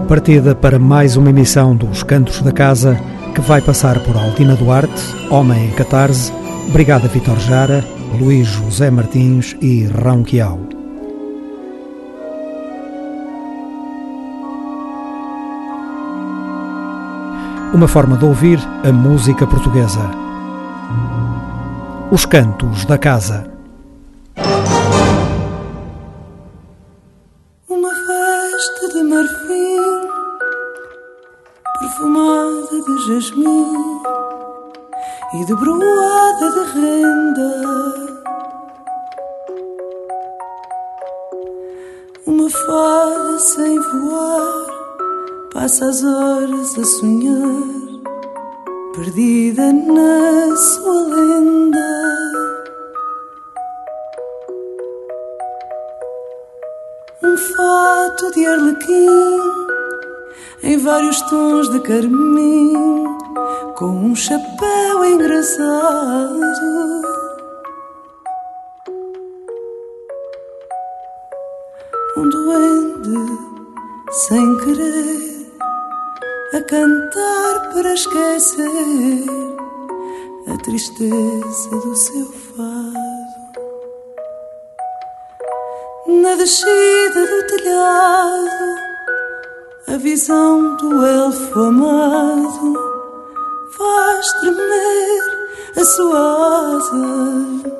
Partida para mais uma emissão dos Cantos da Casa, que vai passar por Aldina Duarte, Homem em Catarse, Brigada Vitor Jara, Luís José Martins e Rão Quiau. Uma forma de ouvir a música portuguesa. Os Cantos da Casa. Uma festa de marfim, perfumada de jasmim e de broada de renda. Uma fada sem voar passa as horas a sonhar, perdida na sua lenda. Um fato de arlequim em vários tons de carmim, com um chapéu engraçado. Um duende sem querer a cantar para esquecer a tristeza do seu fado. Na descida do telhado, a visão do elfo amado faz tremer a sua asa.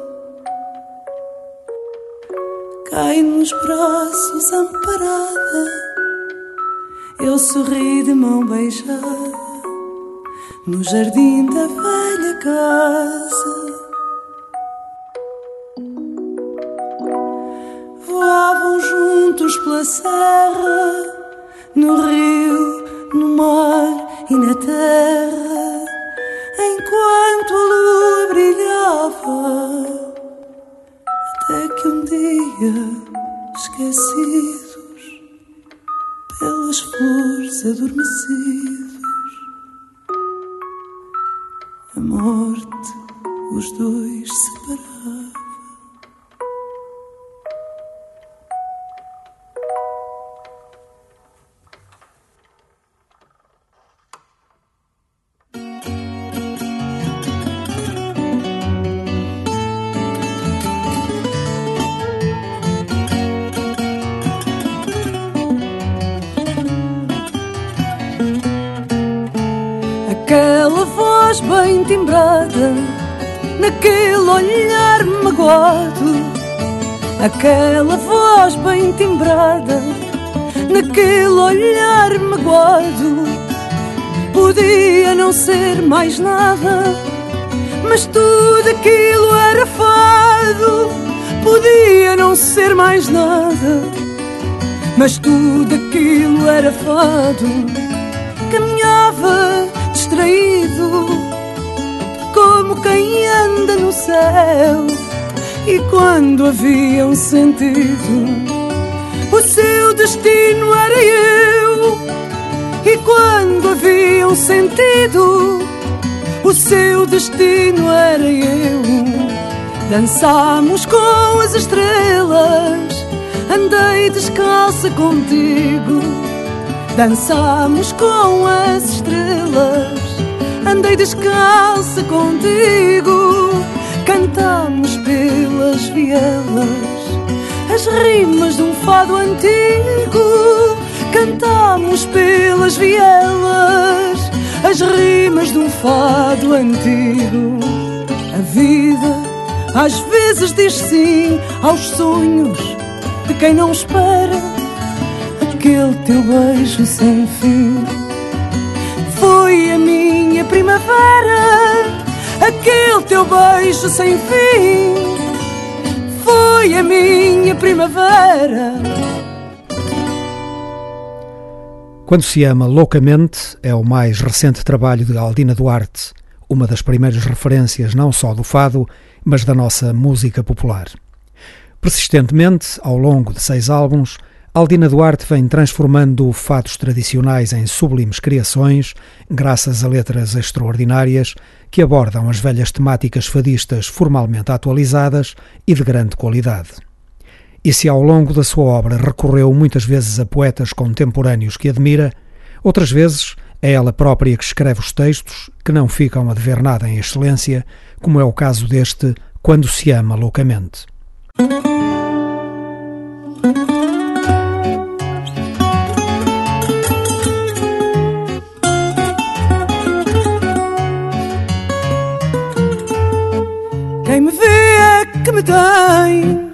Cai nos braços amparada, ele sorri de mão beijada no jardim da velha casa. Voavam juntos pela serra, no rio, no mar e na terra, enquanto a lua brilhava, até que um dia, esquecidos pelas flores adormecidos, a morte os dois separava. Aquela voz bem timbrada, naquele olhar magoado. Aquela voz bem timbrada, naquele olhar magoado. Podia não ser mais nada, mas tudo aquilo era fado. Podia não ser mais nada, mas tudo aquilo era fado. Caminhava distraído, como quem anda no céu, e quando havia um sentido, o seu destino era eu. E quando havia um sentido, o seu destino era eu. Dançámos com as estrelas, andei descalça contigo. Dançámos com as estrelas, andei descalça contigo. Cantámos pelas vielas as rimas de um fado antigo. Cantámos pelas vielas as rimas de um fado antigo. A vida às vezes diz sim aos sonhos de quem não espera. Aquele teu beijo sem fim foi a minha primavera. Aquele teu beijo sem fim foi a minha primavera. Quando se ama loucamente é o mais recente trabalho de Aldina Duarte, uma das primeiras referências não só do fado, mas da nossa música popular. Persistentemente, ao longo de 6 álbuns, Aldina Duarte vem transformando fados tradicionais em sublimes criações, graças a letras extraordinárias que abordam as velhas temáticas fadistas formalmente atualizadas e de grande qualidade. E se ao longo da sua obra recorreu muitas vezes a poetas contemporâneos que admira, outras vezes é ela própria que escreve os textos que não ficam a dever nada em excelência, como é o caso deste Quando se ama loucamente. Quem me vê é que me tem,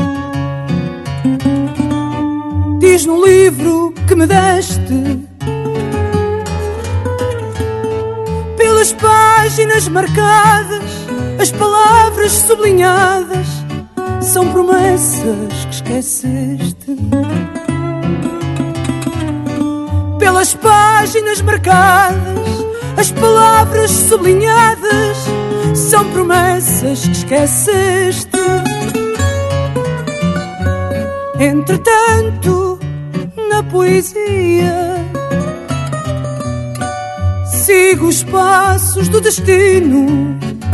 diz no livro que me deste, pelas páginas marcadas, as palavras sublinhadas são promessas que esqueceste. Pelas páginas marcadas, as palavras sublinhadas são promessas que esqueceste. Entretanto, na poesia, sigo os passos do destino.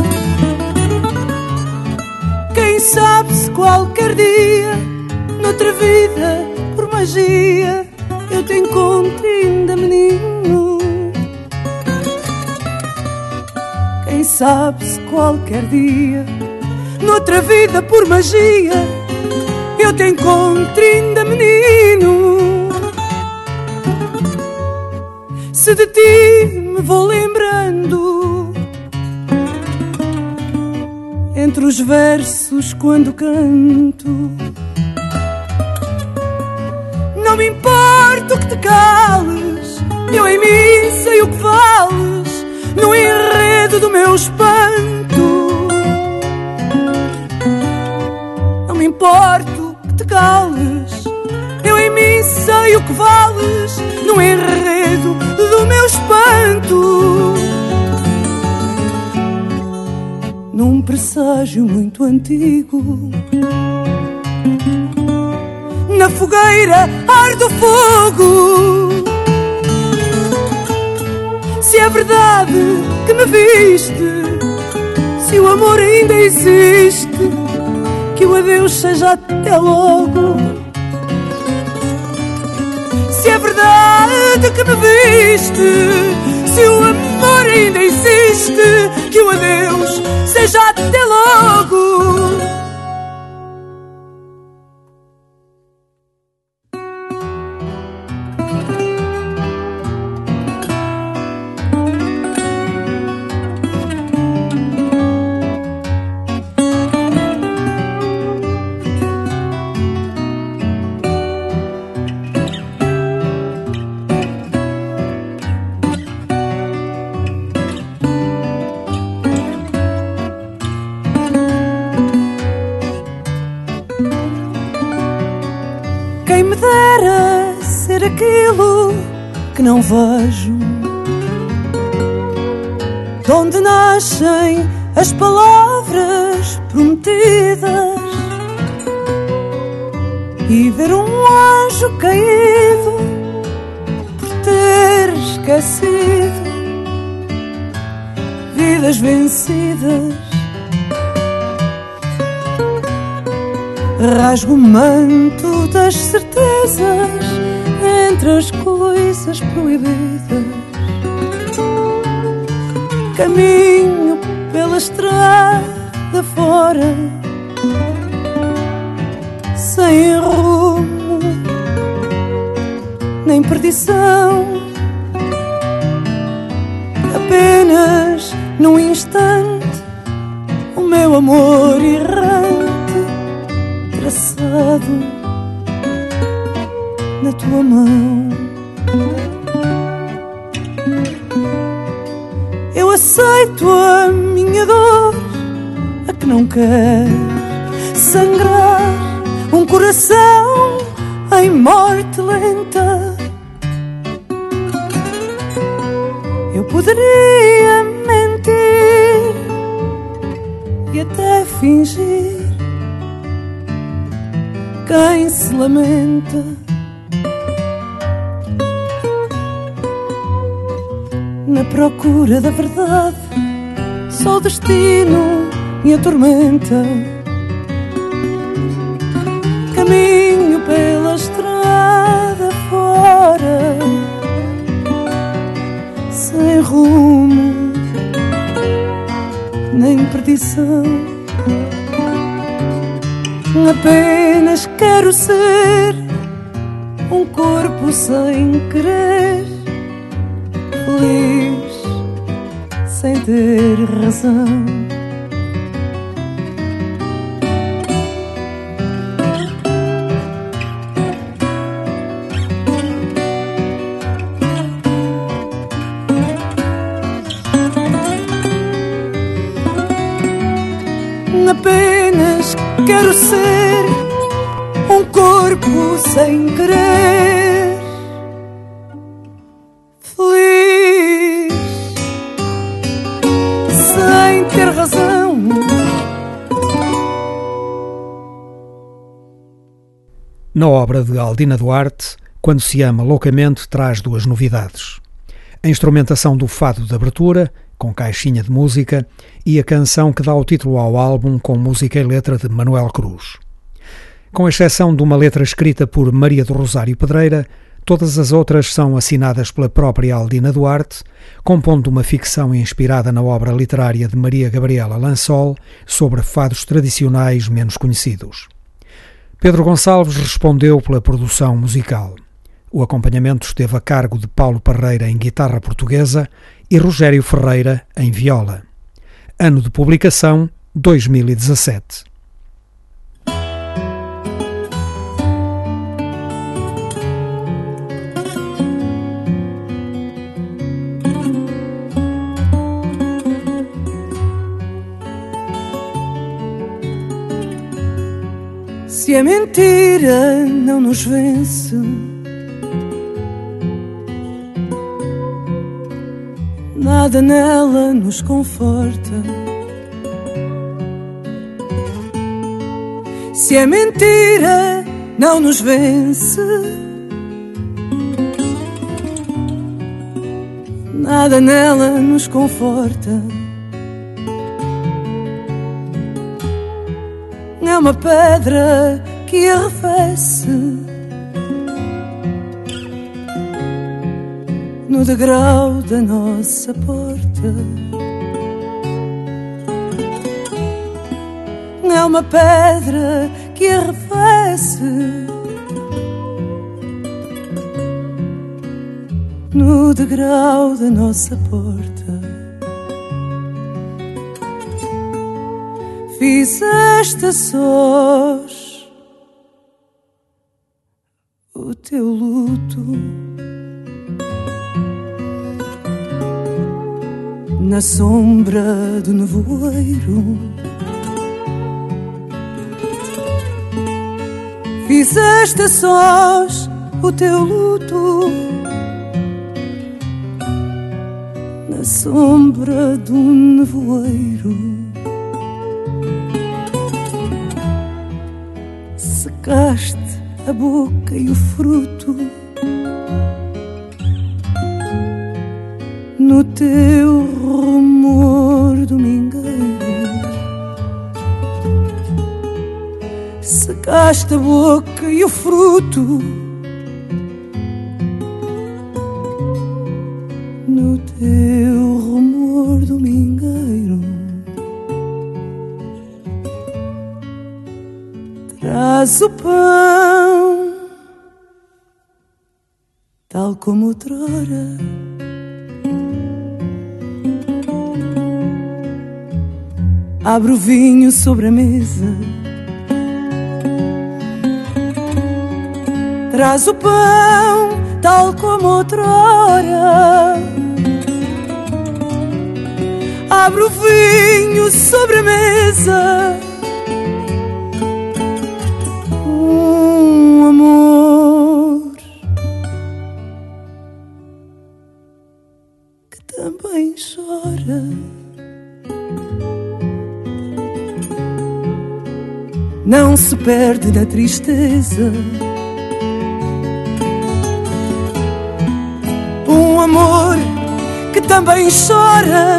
Quem sabe se qualquer dia, noutra vida, por magia, eu te encontro ainda menino. Quem sabe se qualquer dia, noutra vida, por magia, eu te encontro ainda menino. Se de ti me vou lembrando entre os versos quando canto, não me importa o que te cales, eu em mim sei o que vales, no enredo do meu espanto. Não me importa o que te cales, eu em mim sei o que vales, no enredo do meu espanto. Num presságio muito antigo, na fogueira arde o fogo. Se é verdade que me viste, se o amor ainda existe, que o adeus seja até logo. Se é verdade que me viste, se o amor ainda existe, que o adeus seja até logo. Aquilo que não vejo, de onde nascem as palavras prometidas, e ver um anjo caído por ter esquecido vidas vencidas. Rasgo o manto das certezas entre as coisas proibidas, caminho pela estrada fora, sem rumo nem perdição, apenas num instante o meu amor errante traçado na tua mão. Eu aceito a minha dor, a que não quer sangrar um coração em morte lenta. Eu poderia mentir e até fingir. Quem se lamenta na procura da verdade, só o destino me atormenta. razão. Apenas quero ser um corpo sem querer, feliz sem ter razão. Apenas quero ser um corpo sem querer, feliz sem ter razão. Na obra de Aldina Duarte, Quando se ama loucamente, traz duas novidades: a instrumentação do fado de abertura, com caixinha de música, e a canção que dá o título ao álbum, com música e letra de Manuel Cruz. Com exceção de uma letra escrita por Maria do Rosário Pedreira, todas as outras são assinadas pela própria Aldina Duarte, compondo uma ficção inspirada na obra literária de Maria Gabriela Lansol sobre fados tradicionais menos conhecidos. Pedro Gonçalves respondeu pela produção musical. O acompanhamento esteve a cargo de Paulo Parreira em guitarra portuguesa e Rogério Ferreira em viola. Ano de publicação 2017. Se a mentira não nos vence, nada nela nos conforta. Se a mentira não nos vence, nada nela nos conforta. É uma pedra que arrefece no degrau da nossa porta. É uma pedra que arrefece no degrau da nossa porta. Fizeste sós o teu luto na sombra do nevoeiro. Fizeste sós o teu luto na sombra do nevoeiro. Secaste a boca e o fruto no teu rumor domingueiro. Secaste a boca e o fruto no teu rumor domingueiro. Traz o pão, tal como outrora. Abre o vinho sobre a mesa. Traz o pão, tal como outrora. Abre o vinho sobre a mesa. Um amor que também chora. Não se perde na tristeza. Um amor que também chora.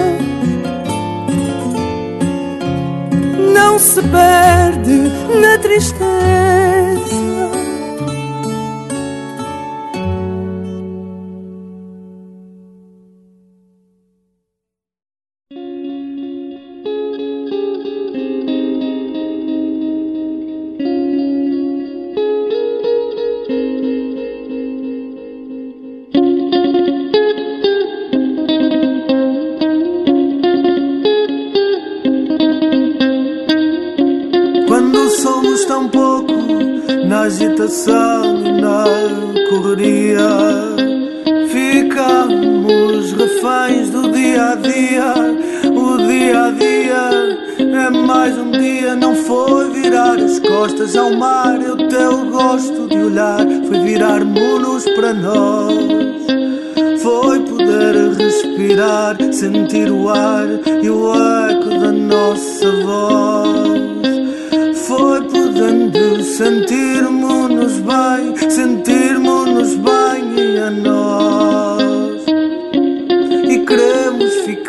Não se perde na tristeza. agitação e na correria ficamos reféns do dia a dia. O dia a dia é mais um dia, não foi virar as costas ao mar. Eu teu gosto de olhar foi virar muros para nós. Foi poder respirar, sentir o ar e o eco da nossa voz. Foi podendo sentirmos-nos bem e a nós. E queremos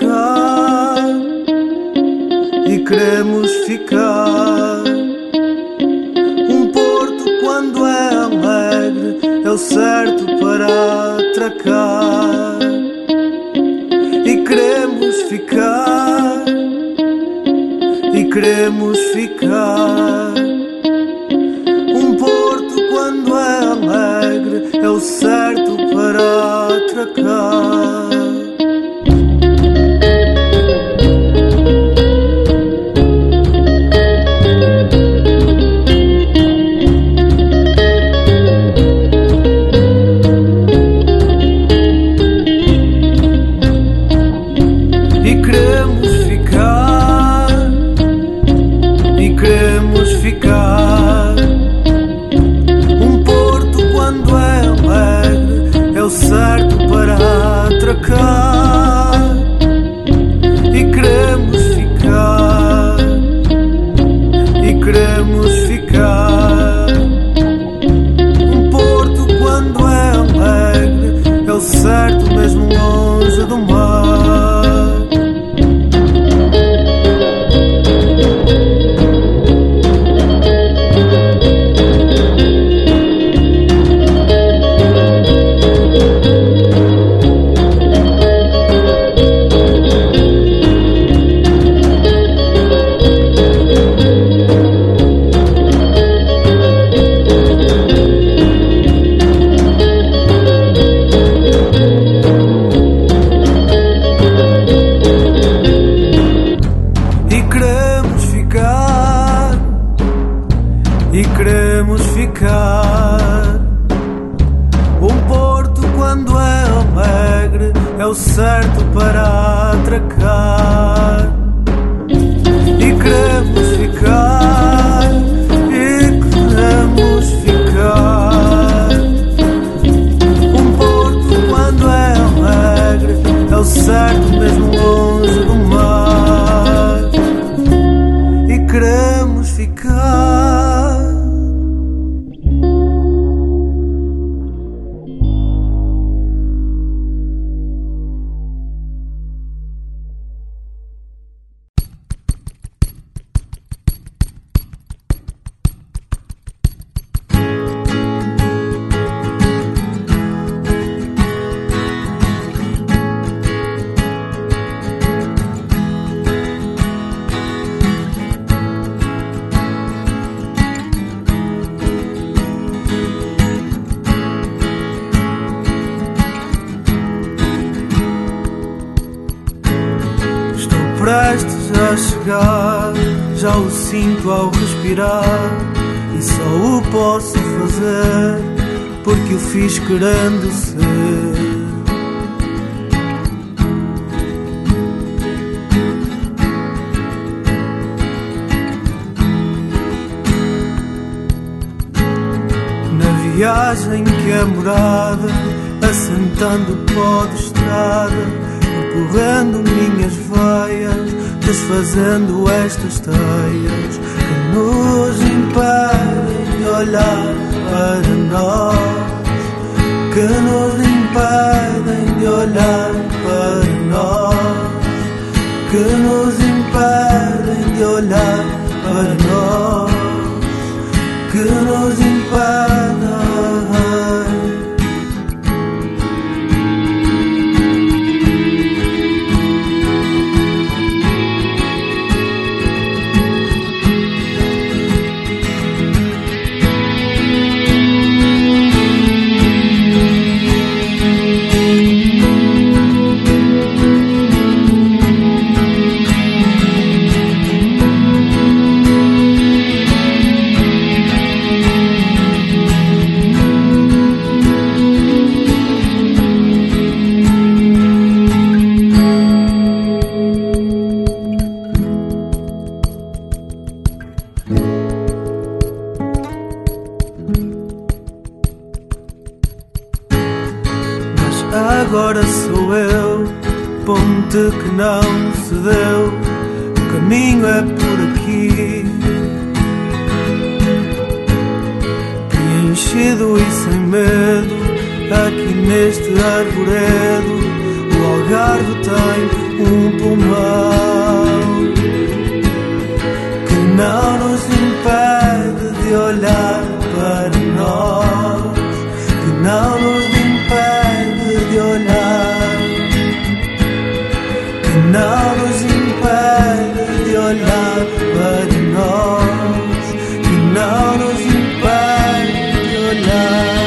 ficar. Um porto quando é alegre é o certo para atracar. E queremos ficar. Um porto quando é alegre é o certo para atracar. Um porto quando é alegre é o certo para atracar. E queremos ficar. Um porto quando é alegre é o certo mesmo longe do mar. Um porto quando é alegre é o certo para atracar. E queremos ficar. Um porto quando é alegre é o certo mesmo longe do mar. E queremos ficar. Prestes a chegar, já o sinto ao respirar. E só o posso fazer porque o fiz querendo ser. Na viagem que é morada, assentando pó de estrada, correndo minhas veias, desfazendo estas teias que nos impedem de olhar para nós, que nos impedem de olhar para nós, que nos impedem de olhar para nós, que nos impedem. agora sou eu, ponte que não cedeu, o caminho é por aqui. Preenchido e sem medo, aqui neste arvoredo, o Algarve tem um pulmão que não nos impede de olhar para nós, que não nos impede de olhar, que não nos impede de olhar para nós, que não nos impede de olhar.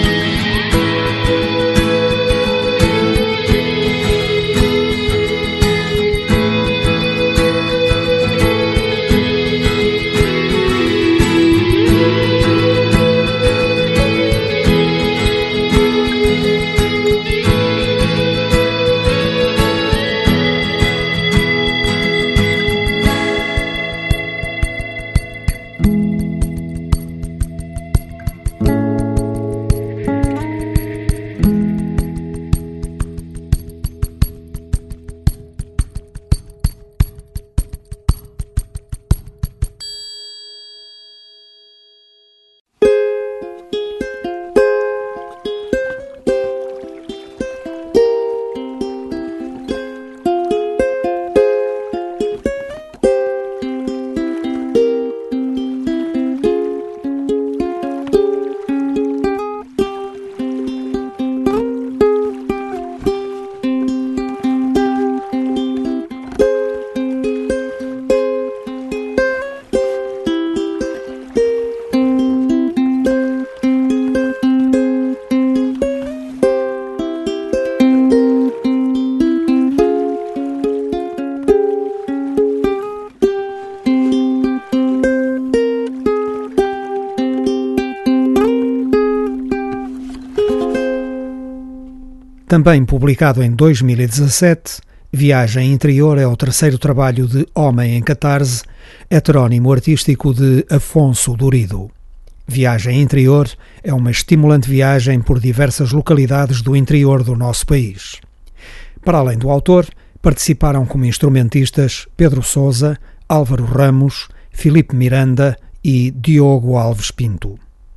Também publicado em 2017, Viagem Interior é o terceiro trabalho de Homem em Catarse, heterónimo artístico de Afonso Durido. Viagem Interior é uma estimulante viagem por diversas localidades do interior do nosso país. Para além do autor, participaram como instrumentistas Pedro Sousa, Álvaro Ramos, Filipe Miranda e Diogo Alves Pinto.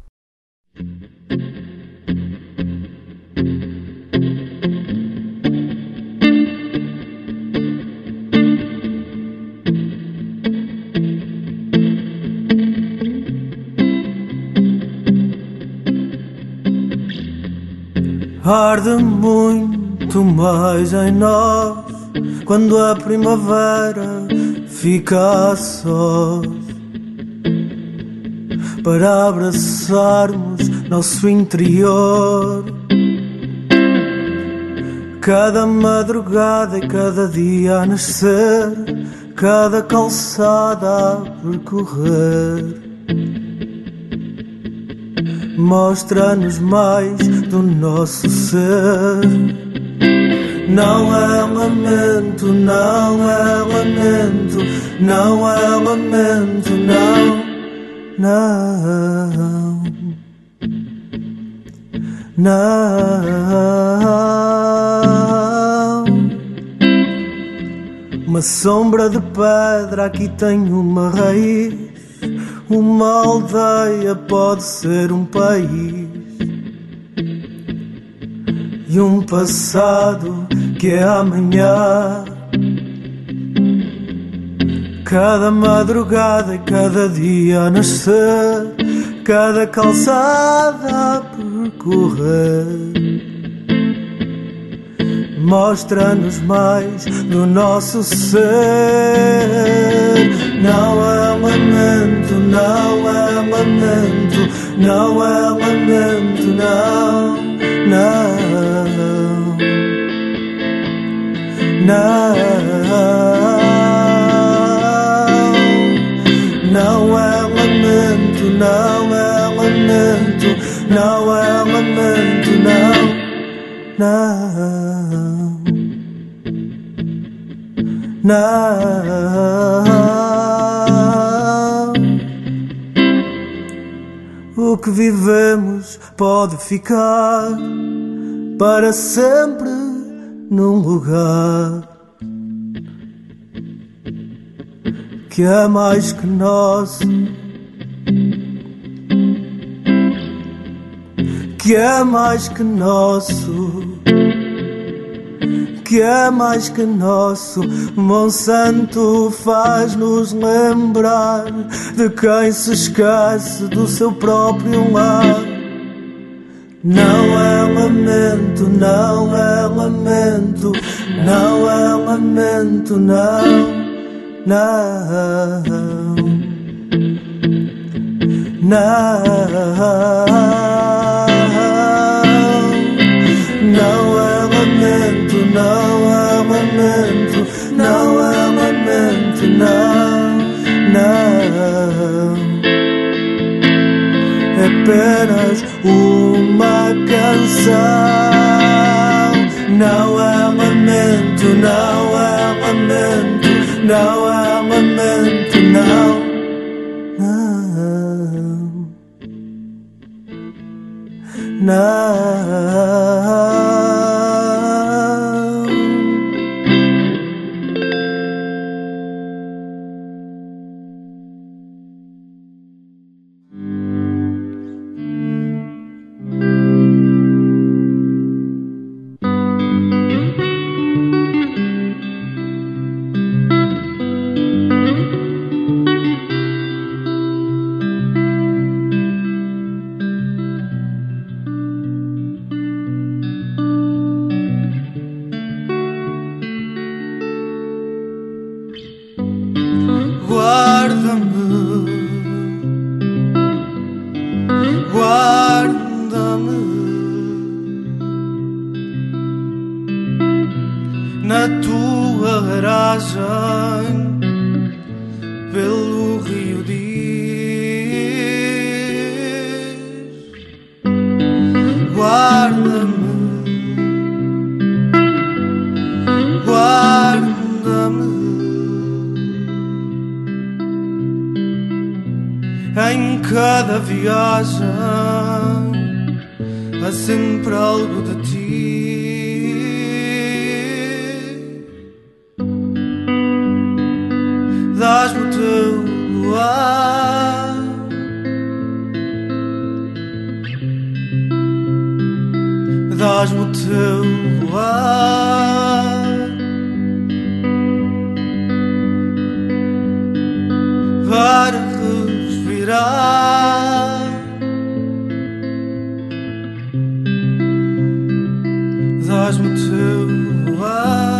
Arde muito mais em nós quando a primavera fica a sós, para abraçarmos nosso interior. Cada madrugada e cada dia a nascer, cada calçada a percorrer, mostra-nos mais do nosso ser. Não é lamento, não é lamento, não é lamento, não, não, não. Uma sombra de pedra aqui tem uma raiz, uma aldeia pode ser um país, e um passado que é amanhã. Cada madrugada e cada dia a nascer, cada calçada a percorrer, mostra-nos mais do nosso ser. Não é lamento, não é lamento, não é lamento, não, não, não, não é lamento, não é lamento, não é lamento, não, não, não. O que vivemos pode ficar, para sempre num lugar que é mais que nosso, que é mais que nosso, que é mais que nosso. Monsanto faz-nos lembrar de quem se esquece do seu próprio lar. Não é lamento, não é lamento, não é lamento, não, não, não, não é lamento, não é lamento, não é lamento, não, não. É apenas uma canção. Não é lamento, não é lamento, não é lamento, não, não, não. Na tua garagem pelo rio diz: guarda-me, guarda-me. Em cada viagem há sempre algo de ti. Dás-me o teu luar, dás-me o teu luar, para respirar, dás-me o teu luar.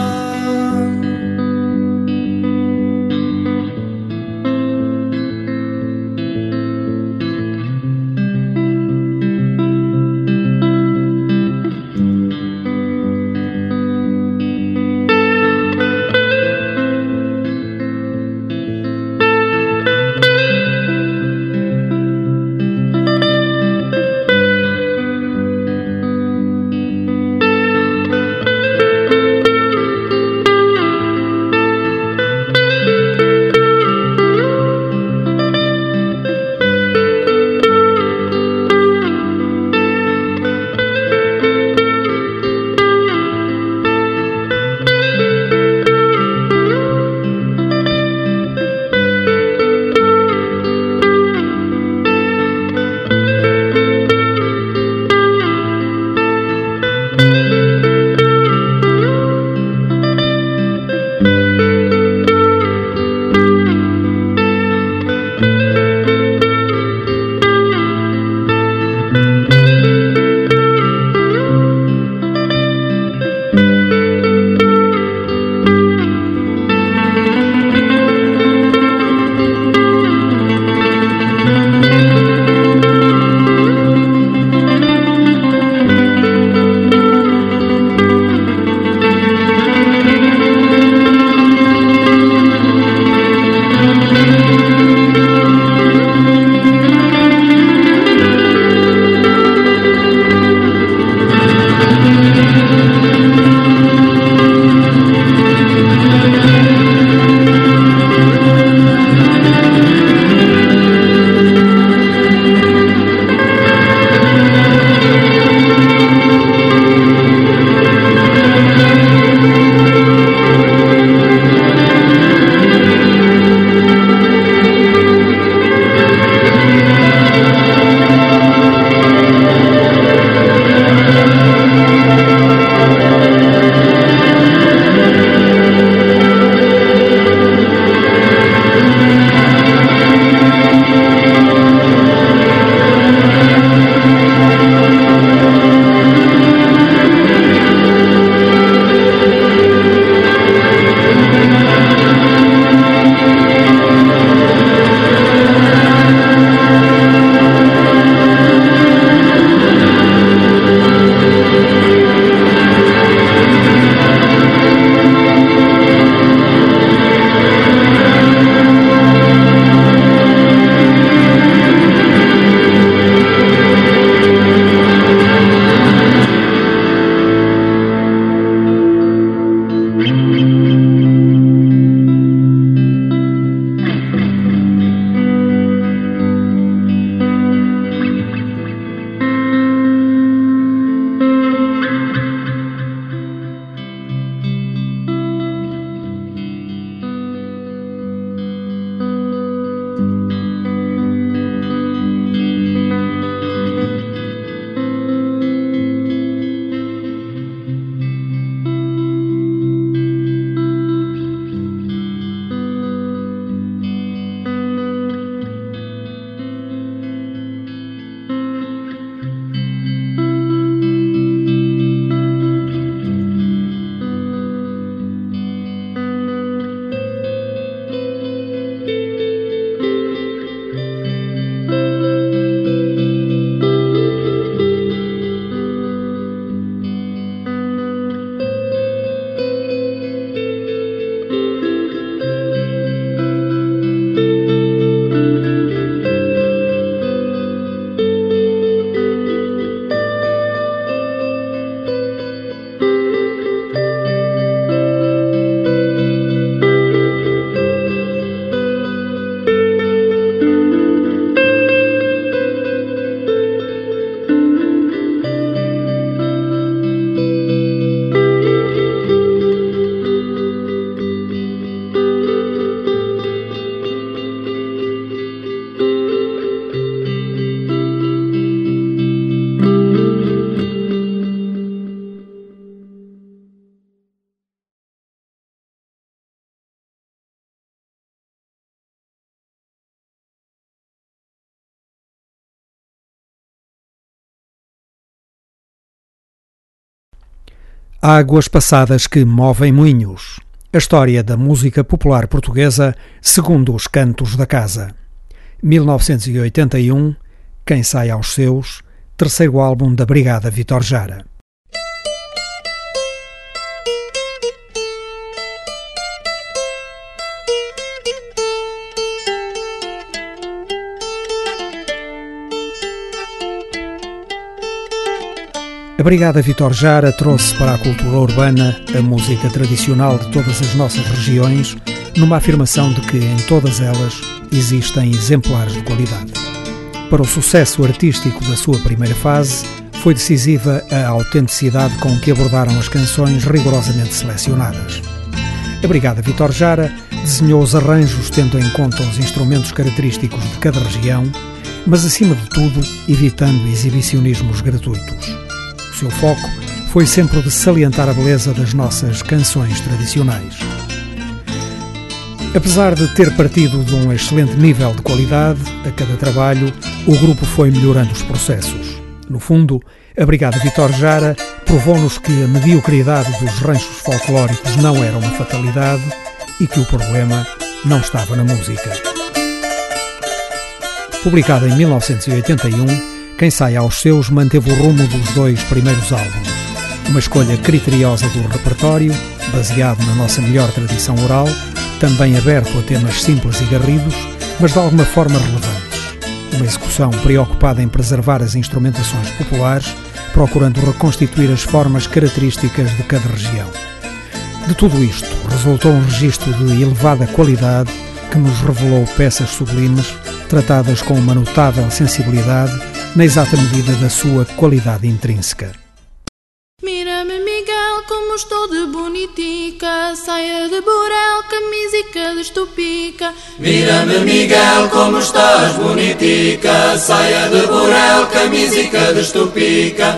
Águas passadas que movem moinhos. A história da música popular portuguesa segundo os cantos da casa. 1981, Quem sai aos seus, terceiro álbum da Brigada Vítor Jara. A Brigada Vítor Jara trouxe para a cultura urbana a música tradicional de todas as nossas regiões, numa afirmação de que em todas elas existem exemplares de qualidade. Para o sucesso artístico da sua primeira fase, foi decisiva a autenticidade com que abordaram as canções rigorosamente selecionadas. A Brigada Vítor Jara desenhou os arranjos tendo em conta os instrumentos característicos de cada região, mas acima de tudo evitando exibicionismos gratuitos. O seu foco foi sempre o de salientar a beleza das nossas canções tradicionais. Apesar de ter partido de um excelente nível de qualidade a cada trabalho, o grupo foi melhorando os processos. No fundo, a Brigada Vítor Jara provou-nos que a mediocridade dos ranchos folclóricos não era uma fatalidade e que o problema não estava na música. Publicada em 1981, Quem sai aos seus manteve o rumo dos dois primeiros álbuns. Uma escolha criteriosa do repertório, baseado na nossa melhor tradição oral, também aberto a temas simples e garridos, mas de alguma forma relevantes. Uma execução preocupada em preservar as instrumentações populares, procurando reconstituir as formas características de cada região. De tudo isto, resultou um registro de elevada qualidade que nos revelou peças sublimes, tratadas com uma notável sensibilidade, na exata medida da sua qualidade intrínseca. Mira-me, Miguel, como estou de bonitica, saia de burel, camisica de estupica. Mira-me, Miguel, como estás bonitica, saia de burel, camisica de estupica.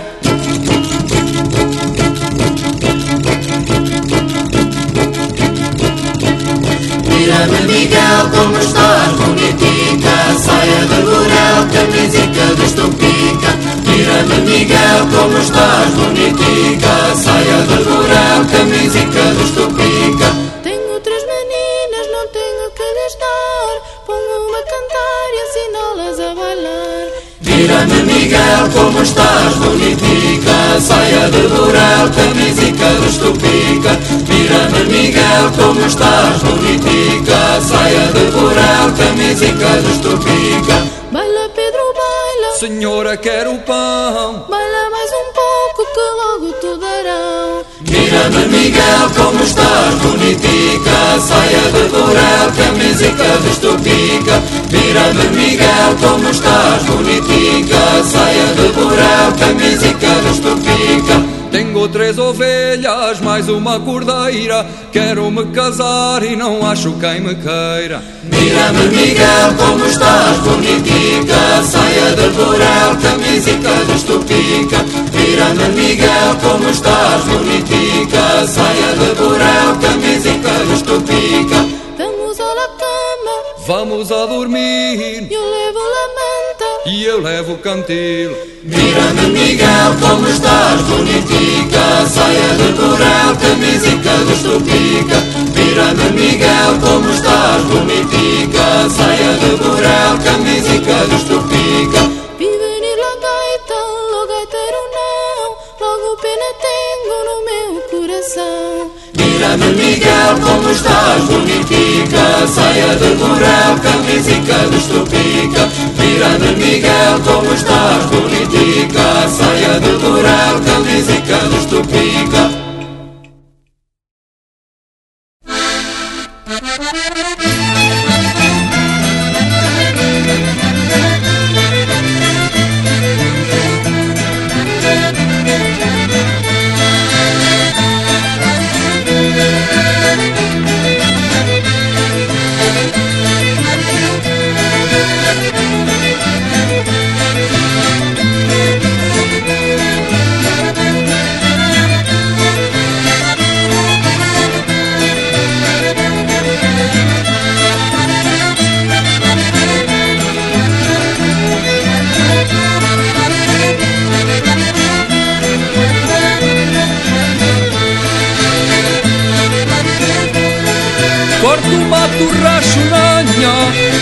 Mira-me, Miguel, como estás bonitica, saia de burel, camisica de estupica. Mira-me, Miguel, como estás bonitica, saia de burel, camisica de estupica. Tenho 3 meninas, não tenho que lhes dar, pongo-me a cantar e ensino-las a bailar. Mira-me, Miguel, como estás bonitica, saia de burel, camisica de estupica. Mira-me, Miguel, como estás bonitica, saia de burel, camisica de estupica. Baila, Pedro, baila, Senhora, quero pão. baila mais um pouco que logo te darão. Mira-me, Miguel, como estás bonitica, saia de burel, camisica de estupica. Mira-me, Miguel, como estás bonitica, saia de burel, camisica de estupica. Tenho 3 ovelhas, mais uma cordeira, quero-me casar e não acho quem me queira. Mira-me, Miguel, como estás bonitica, saia de burel, camisica de estupica. Mira-me, Miguel, como estás bonitica, saia de burel, camisica de estupica. Vamos à la cama, Vamos a dormir, eu levo a manta. e eu levo o cantil. Mira-me, Miguel, como estás bonitica, saia de burel, camisica de estupica. Mira-me, Miguel, como estás bonitica, saia de burel, camisica de estupica. Vi venir la gaita, lo gaiteiro não, logo pena tenho no meu coração. Mira-me, Miguel, como estás bonitica, saia de burel, camisica de estupica. Mira-me, Miguel, como estás bonitica, saia de burel, camisica de estupica.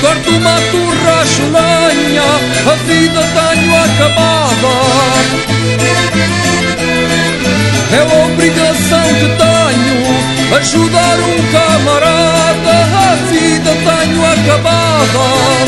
corto, mato, racho lenha, a vida tenho acabada. É a obrigação que tenho, ajudar um camarada, a vida tenho acabada.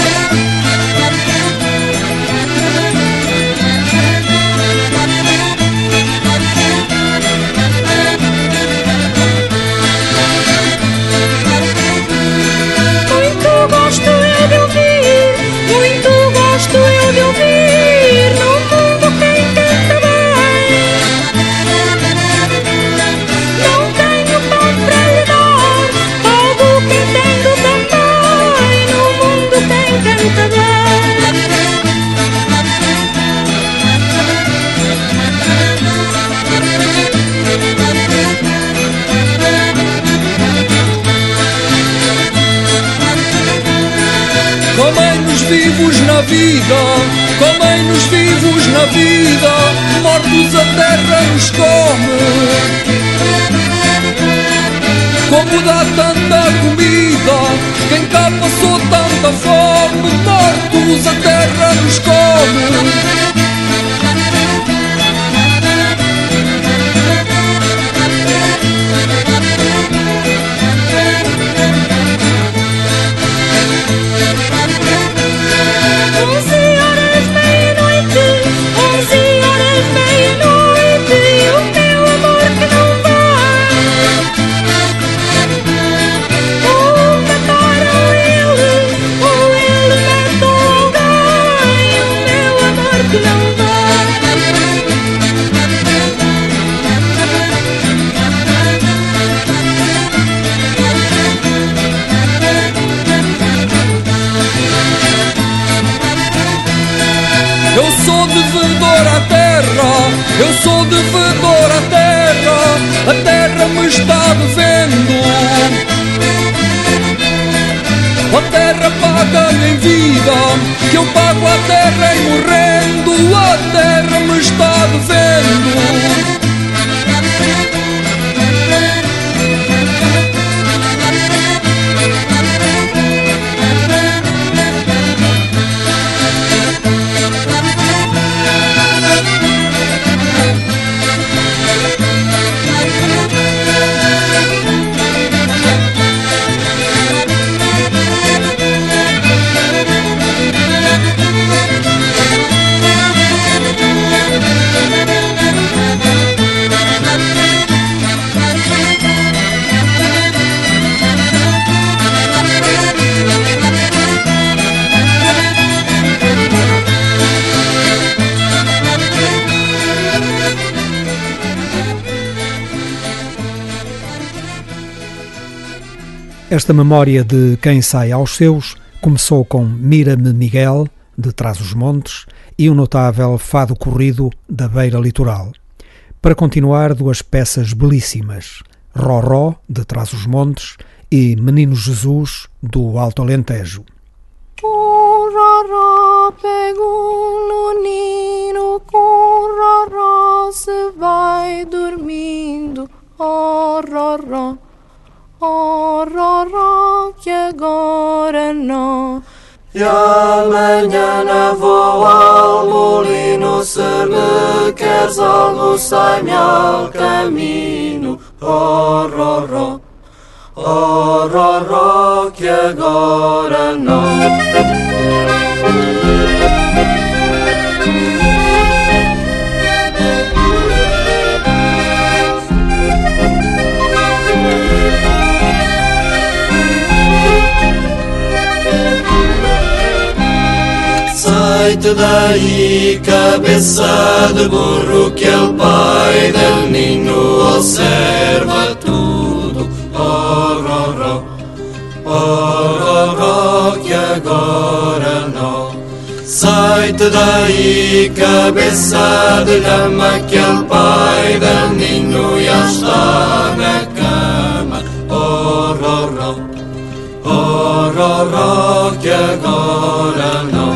Comem-nos vivos na vida, comem-nos vivos na vida, mortos a terra nos come. Como dá tanta comida, quem cá passou tanta fome, mortos a terra nos come. Eu sou devedor à terra, eu sou devedor à terra, a terra me está devendo. A terra paga-me em vida, que eu pago a terra em morrendo, a terra me está devendo. Esta memória de quem sai aos seus começou com Mira-me Miguel, de Trás-os-Montes, e um notável fado corrido da beira litoral. Para continuar, duas peças belíssimas, Roró, de Trás-os-Montes, e Menino Jesus, do Alto Alentejo. Com Roró pego no nino, com Roró se vai dormindo, oh Roró. Oh, Roró, que agora não. E amanhã vou ao molino, se me queres algo, sai-me ao caminho. Oh, Roró, oh, Roró, que agora não. Sai-te daí, cabeça de burro, que el pai del niño observa tudo. Oh, Roró, oh, Roró, que agora não. Sai-te daí, cabeça de lama, que el pai del niño já está na cama. Oh, Roró, oh, Roró, que agora não.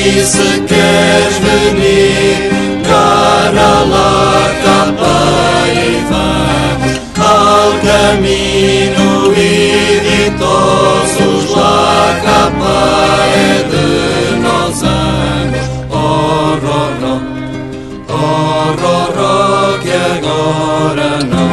se queres venir, cara lá capa e vamos ao caminho e ditosos lá capa é de nós ambos. Oh, ro, que agora não.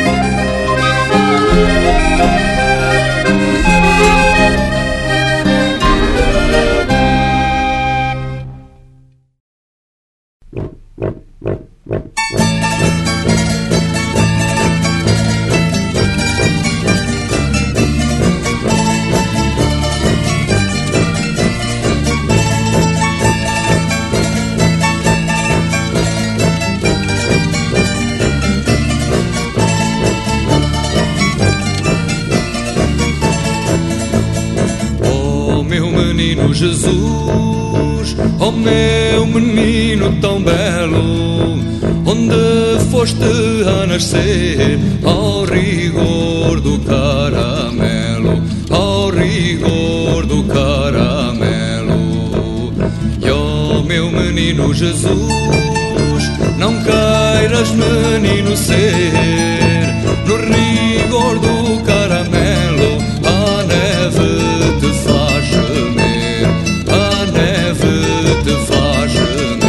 Jesus, oh meu menino tão belo, onde foste a nascer, ao rigor do caramelo, ao rigor do caramelo. E oh meu menino Jesus, não queiras menino ser, no rigor do caramelo, a neve te faz gemer, a neve te faz gemer.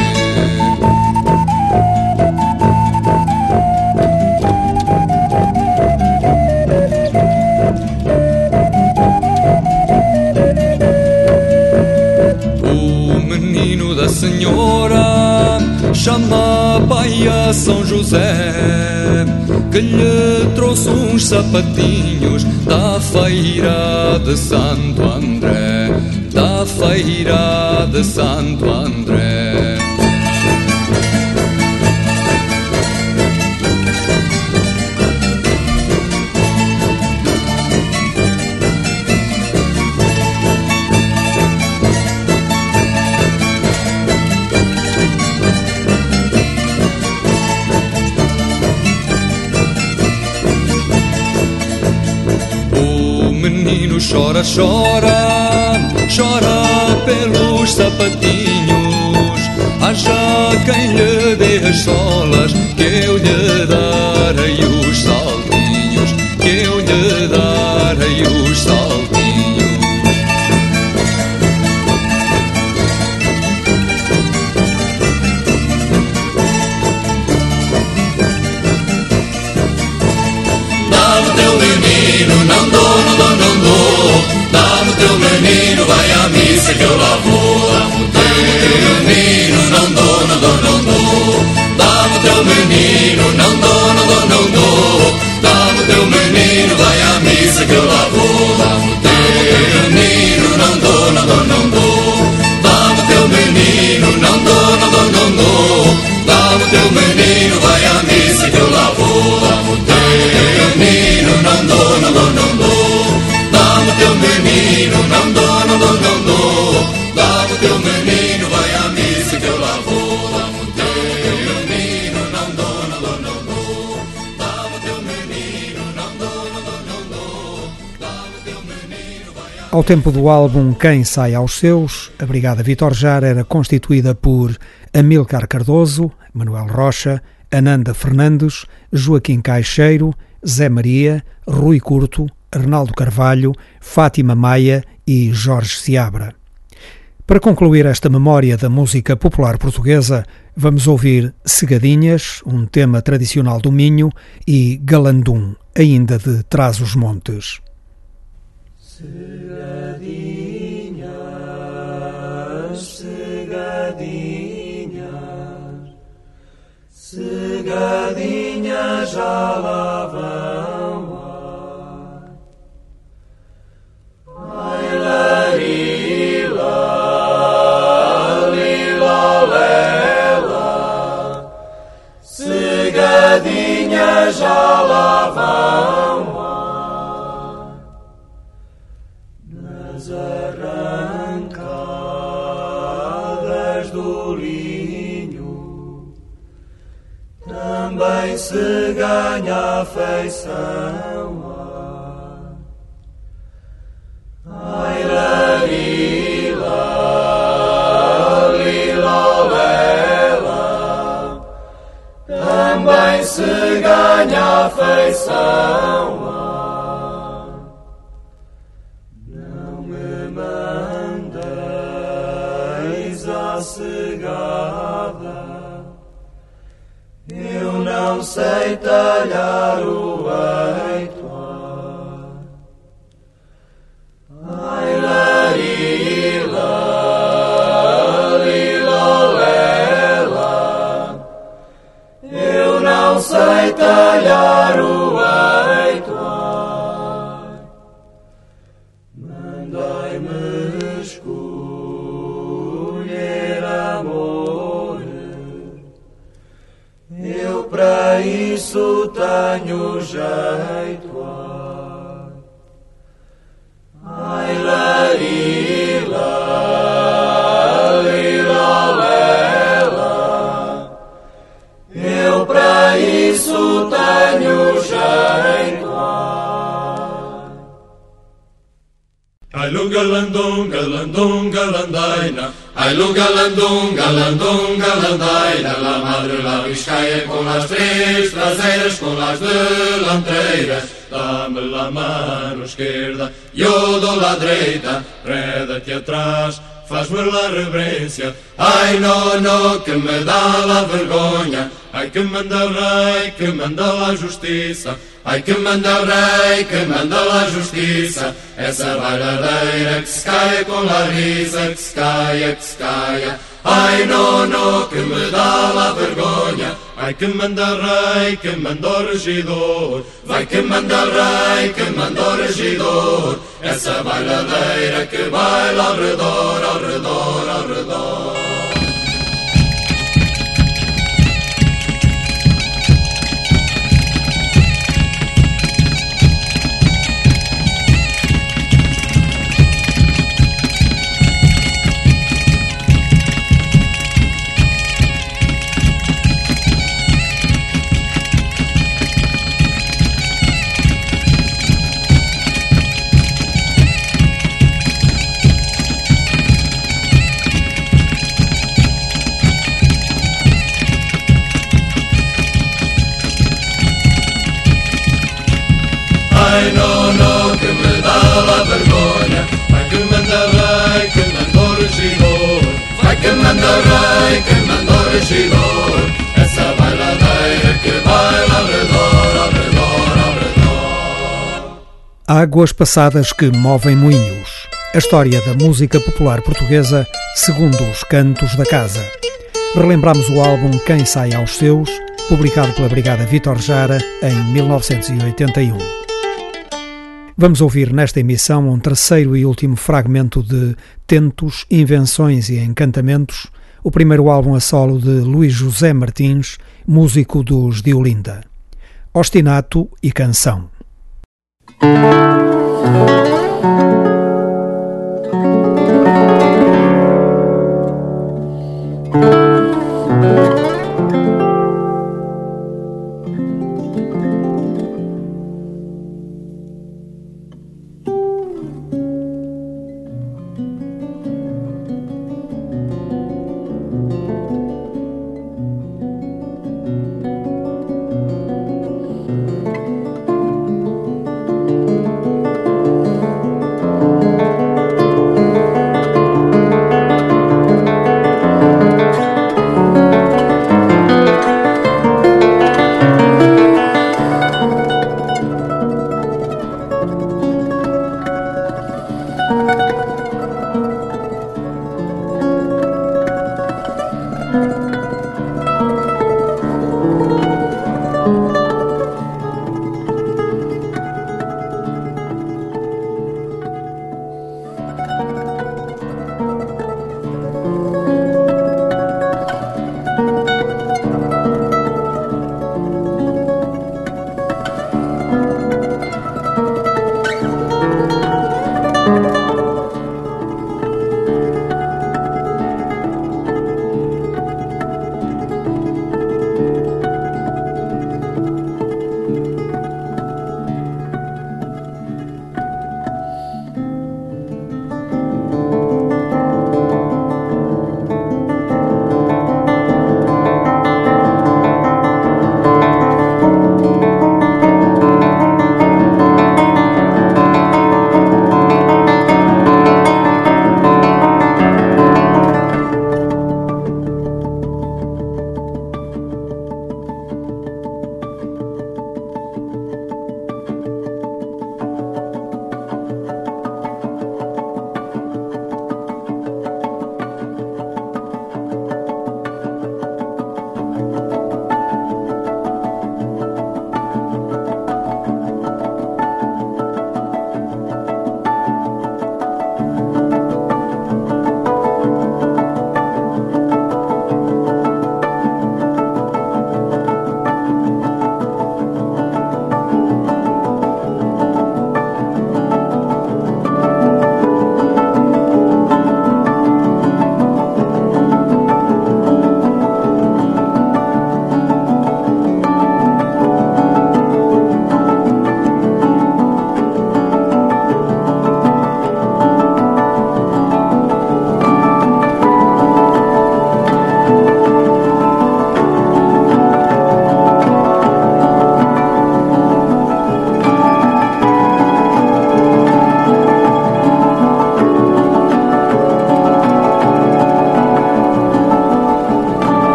O menino da senhora chama pai a São José, que lhe trouxe uns sapatinhos da feira de Santo André, da feira de Santo André. Chora, chora, chora pelos sapatinhos. Haja quem lhe dê as solas, que eu lhe darei os saltinhos, que eu lhe darei os saltinhos. Dá-me teu menino, não dou, não dou, não dou. Dá-me teu menino, vai à missa que eu lá vou. Dá-me teu menino, não dou, não dou, não dou. Dá-me teu menino, não dou, não dou, não dou. Dá-me teu menino, vai à missa que eu lá vou. Dá-me teu menino, não dou, não dou, não dou. Dá-me teu menino, não dou, não dou, não dou. Dá-me teu menino, vai à missa que eu lá vou. Dá-me teu menino, não dou, não dou, não dou. Dá-me teu menino, não dou, não dou, não dou. Dá-me teu menino, vai à missa que eu lá vou. Dá-me teu menino, não dou, não dou, não dou. Dá-me teu menino, não dou, não dou, não dou. Dá-me teu menino, vai à... Ao tempo do álbum Quem Sai aos Seus, a Brigada Vítor Jara era constituída por Amílcar Cardoso, Manuel Rocha, Ananda Fernandes, Joaquim Caixeiro, Zé Maria, Rui Curto, Arnaldo Carvalho, Fátima Maia e Jorge Seabra. Para concluir esta memória da música popular portuguesa, vamos ouvir Segadinhas, um tema tradicional do Minho, e Galandum, ainda de Trás-os-Montes. Segadinhas, segadinhas, segadinhas já lá vão. Ai, larila, lila, lela, segadinhas já lá vão. Nas arrancadas do linho também se ganha afeição. Ai, larila, afeição há. Não me mandeis à cegada, eu não sei talhar o eito. Ai, larila, lilolela, eu não sei talhar o eito. Mandai-me escolher amor, eu para isso tenho jeito. Ai, larila, lilolela, eu para isso tenho jeito. Ai, lungalandum, galandum, galandaina. Ai, lungalandum, galandum, galandaina. La madre la Biscaia com las três traseiras, com las delanteiras. Dá-me la mano esquerda, eu dou la direita. Reda-te atrás, faz-me la reverência. Ai, no, que me dá la vergonha. Ai, que manda o rei, que manda la justiça. Ai, que manda o rei, que manda la justiça. Essa bailadeira que se caia com la risa, que se caia, que se caia. Ai, no, que me dá la vergonha. Ai, que manda o rei, que manda o regidor. Vai que manda o rei, que manda o regidor. Essa bailadeira que baila ao redor, ao redor, ao redor. Ai, no, que me dá la vergonha. Vai que manda o rei, que manda o regidor. Vai que manda o rei, que manda o regidor. Essa bailadeira que baila ao redor, ao redor, ao redor. Águas passadas que movem moinhos. A história da música popular portuguesa segundo os cantos da casa. Relembramos o álbum Quem Sai aos Seus, publicado pela Brigada Vítor Jara em 1981. Vamos ouvir nesta emissão um terceiro e último fragmento de Tentos, Invenções e Encantamentos, o primeiro álbum a solo de Luís José Martins, músico dos de Olinda. Ostinato e Canção.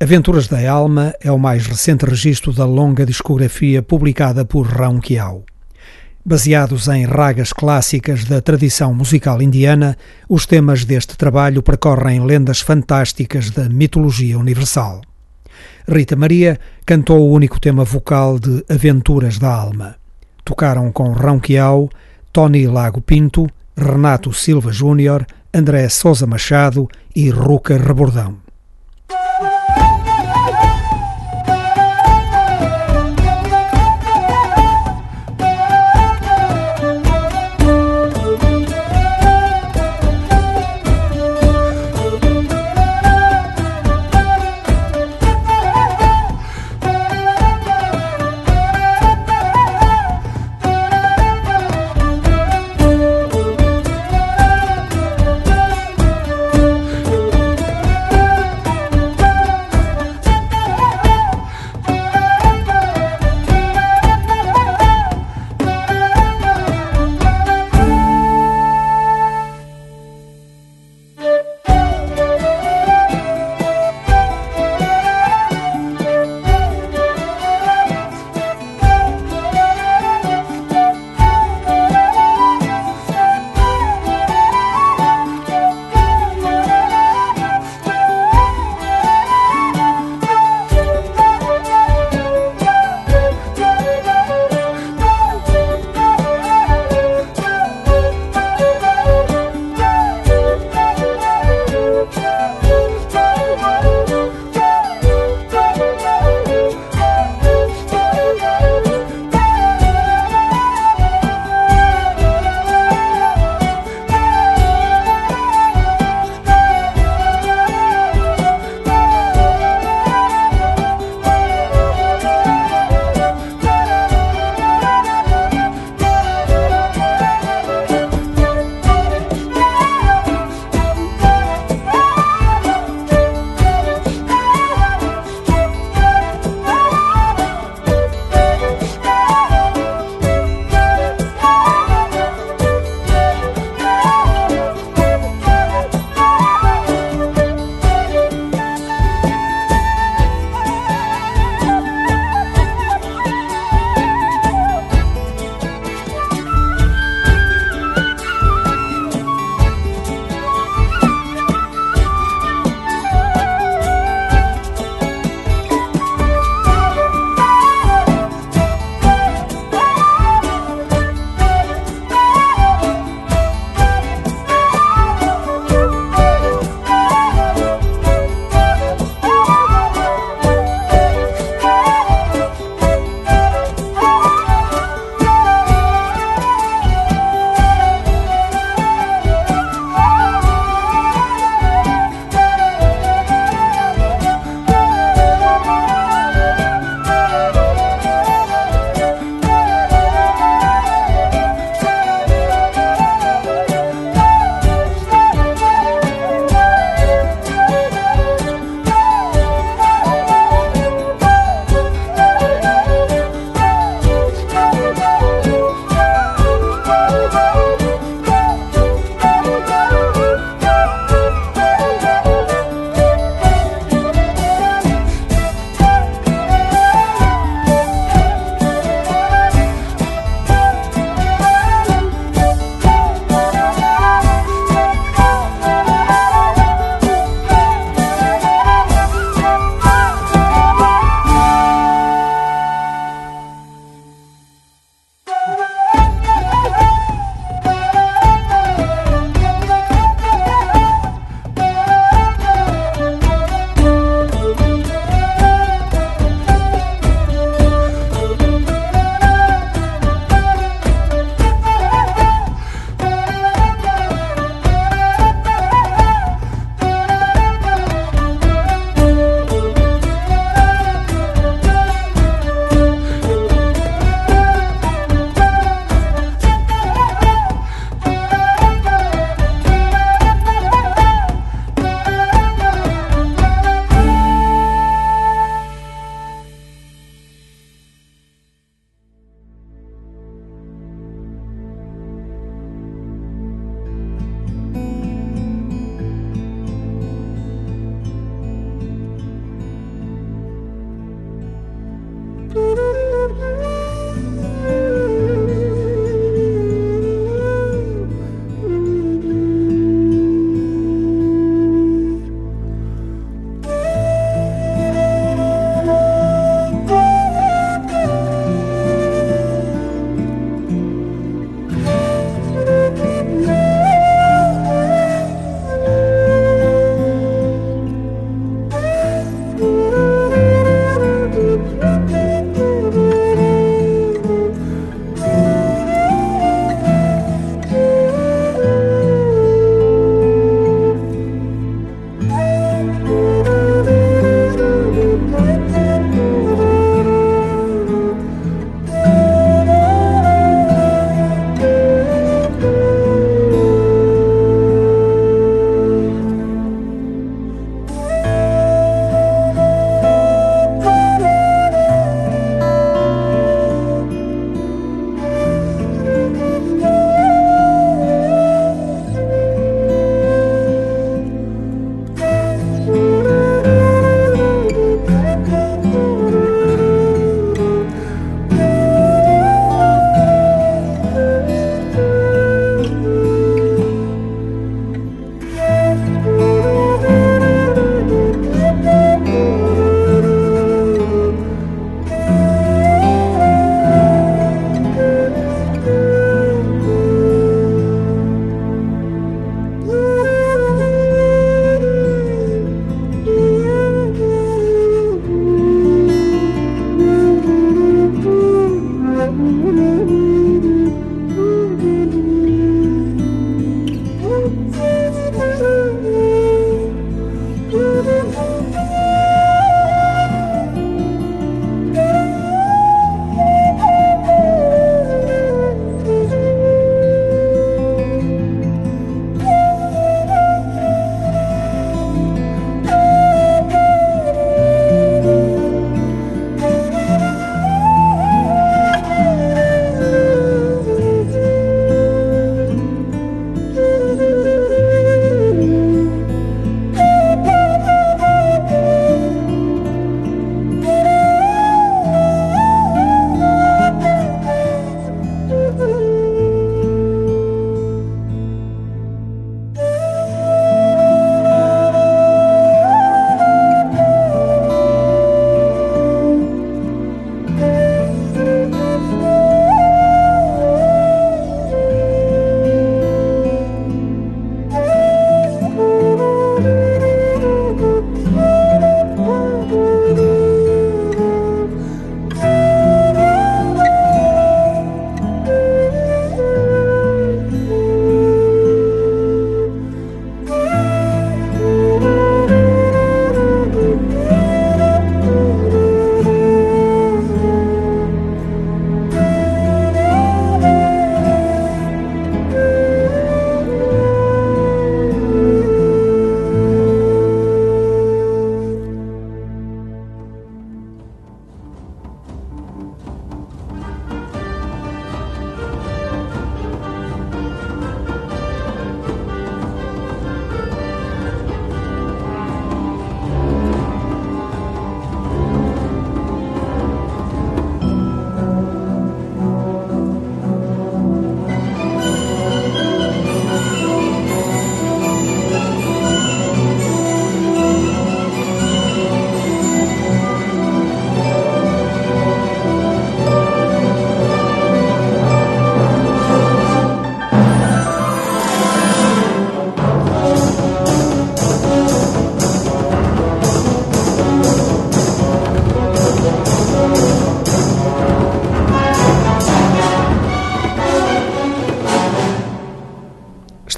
Aventuras da Alma é o mais recente registro da longa discografia publicada por Rão Quiau. Baseados em ragas clássicas da tradição musical indiana, os temas deste trabalho percorrem lendas fantásticas da mitologia universal. Rita Maria cantou o único tema vocal de Aventuras da Alma. Tocaram com Rão Quiau, Tony Lago Pinto, Renato Silva Júnior, André Sousa Machado e Ruca Rebordão.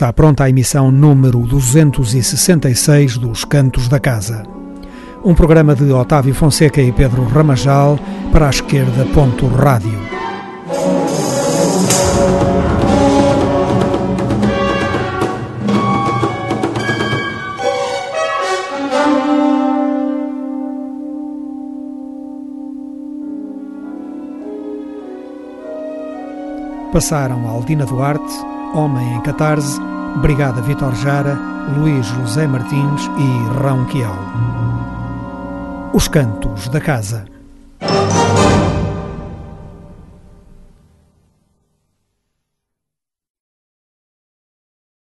está pronta a emissão número 266 dos Cantos da Casa. Um programa de Otávio Fonseca e Pedro Ramajal para a esquerda.rádio. Passaram Aldina Duarte, Homem em Catarse, Brigada Vítor Jara, Luís José Martins e Rão Quial. Os Cantos da Casa.